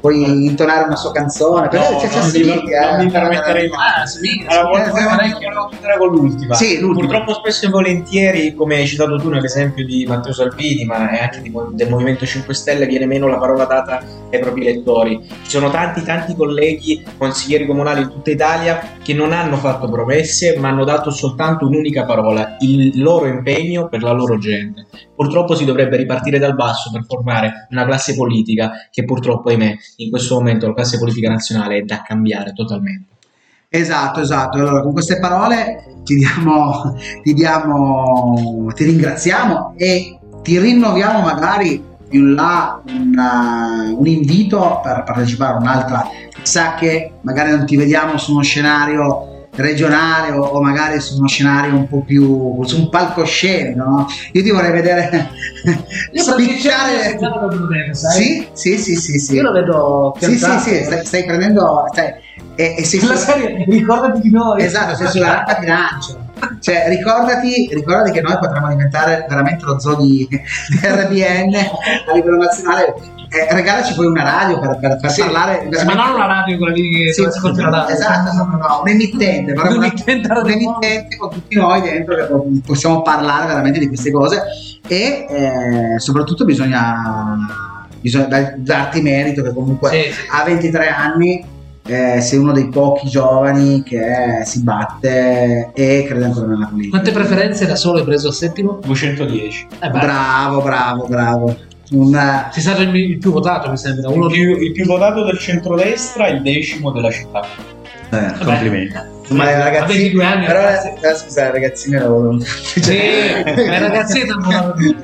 puoi intonare una sua canzone, perché No, c'è, c'è non, Sighi, mi, eh. non mi permetterei mai. Ah, sì, Allora, eh, volevo, sì. volevo chiudere con l'ultima. Sì, l'ultima. Purtroppo spesso e volentieri, come hai citato tu nell'esempio di Matteo Salvini, ma è anche di- del Movimento cinque Stelle, viene meno la parola data ai propri elettori. Ci sono tanti tanti colleghi, consiglieri comunali in tutta Italia, che non hanno fatto promesse, ma hanno dato soltanto un'unica parola, il loro impegno per la loro gente. Purtroppo si dovrebbe ripartire dal basso per formare una classe politica che purtroppo, ahimè, in questo momento la classe politica nazionale è da cambiare totalmente. Esatto, esatto. Allora, con queste parole ti diamo, ti diamo, ti ringraziamo e ti rinnoviamo magari più in là una- un invito per partecipare a un'altra. Sa che magari non ti vediamo su uno scenario regionale o, o magari su uno scenario un po' più su un palcoscenico, no? Io ti vorrei vedere Io spicciare. praticamente sai? Sì, sì, sì, sì, sì. Io lo vedo Sì, sì, piantato. sì, stai, stai prendendo, stai, e, e sei La serie, ricordati di noi. esatto, sei sulla rampa di lancio. Cioè, ricordati, ricordati che noi potremmo diventare veramente lo zoo di, di R B N a livello nazionale. Eh, regalaci poi una radio per, per, per Sì, parlare. sì, veramente- ma non una radio quella lì che Sì, si ascolta la radio. esatto, no, no, no, un emittente, però Un una- emittente un radiofonica. emittente con tutti noi dentro che possiamo parlare veramente di queste cose e eh, soprattutto bisogna, bisogna dar- darti merito che comunque Sì, sì. a ventitré anni eh, sei uno dei pochi giovani che si batte e crede ancora nella politica. Quante preferenze da solo hai preso al settimo? duecentodieci. Eh, beh, Bravo, bravo, bravo. Un, sei stato il, il più votato, mi sembra. Uno Il più, il più votato del centrodestra, il decimo della città. eh, Complimenti. ma i a ragazzi, ventidue anni, però ragazzi. eh, scusa, i ragazzini lo Sì, i ragazzetti hanno votato tutti.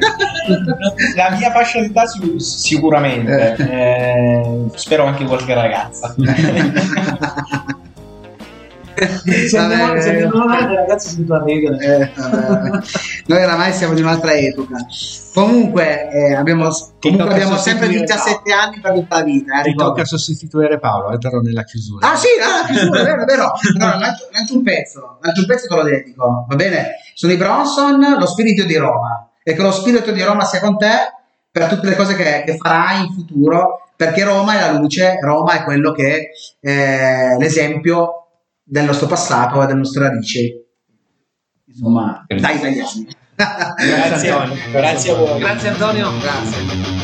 La mia fascia d'età sic- sicuramente. Eh, spero anche qualche ragazza. Se andiamo Vabbè, se andiamo avanti, i ragazzi si mettono a ridere. Eh, vabbè. Noi oramai siamo di un'altra epoca. Comunque, eh, abbiamo, comunque tocca abbiamo sempre sostituire diciassette anni per tutta la vita. Eh, Ti ricordo. tocca sostituire Paolo, eh, però nella chiusura. Ah sì, ah, la chiusura, è vero, è vero. Allora, l'altro, l'altro un pezzo, l'altro un pezzo te lo dedico, va bene? Sono i Bronson, lo spirito di Roma. E che lo spirito di Roma sia con te per tutte le cose che, che farai in futuro, perché Roma è la luce, Roma è quello che è l'esempio del nostro passato e delle nostre radici. Insomma, da italiani. Grazie, grazie a voi. Grazie Antonio. Grazie.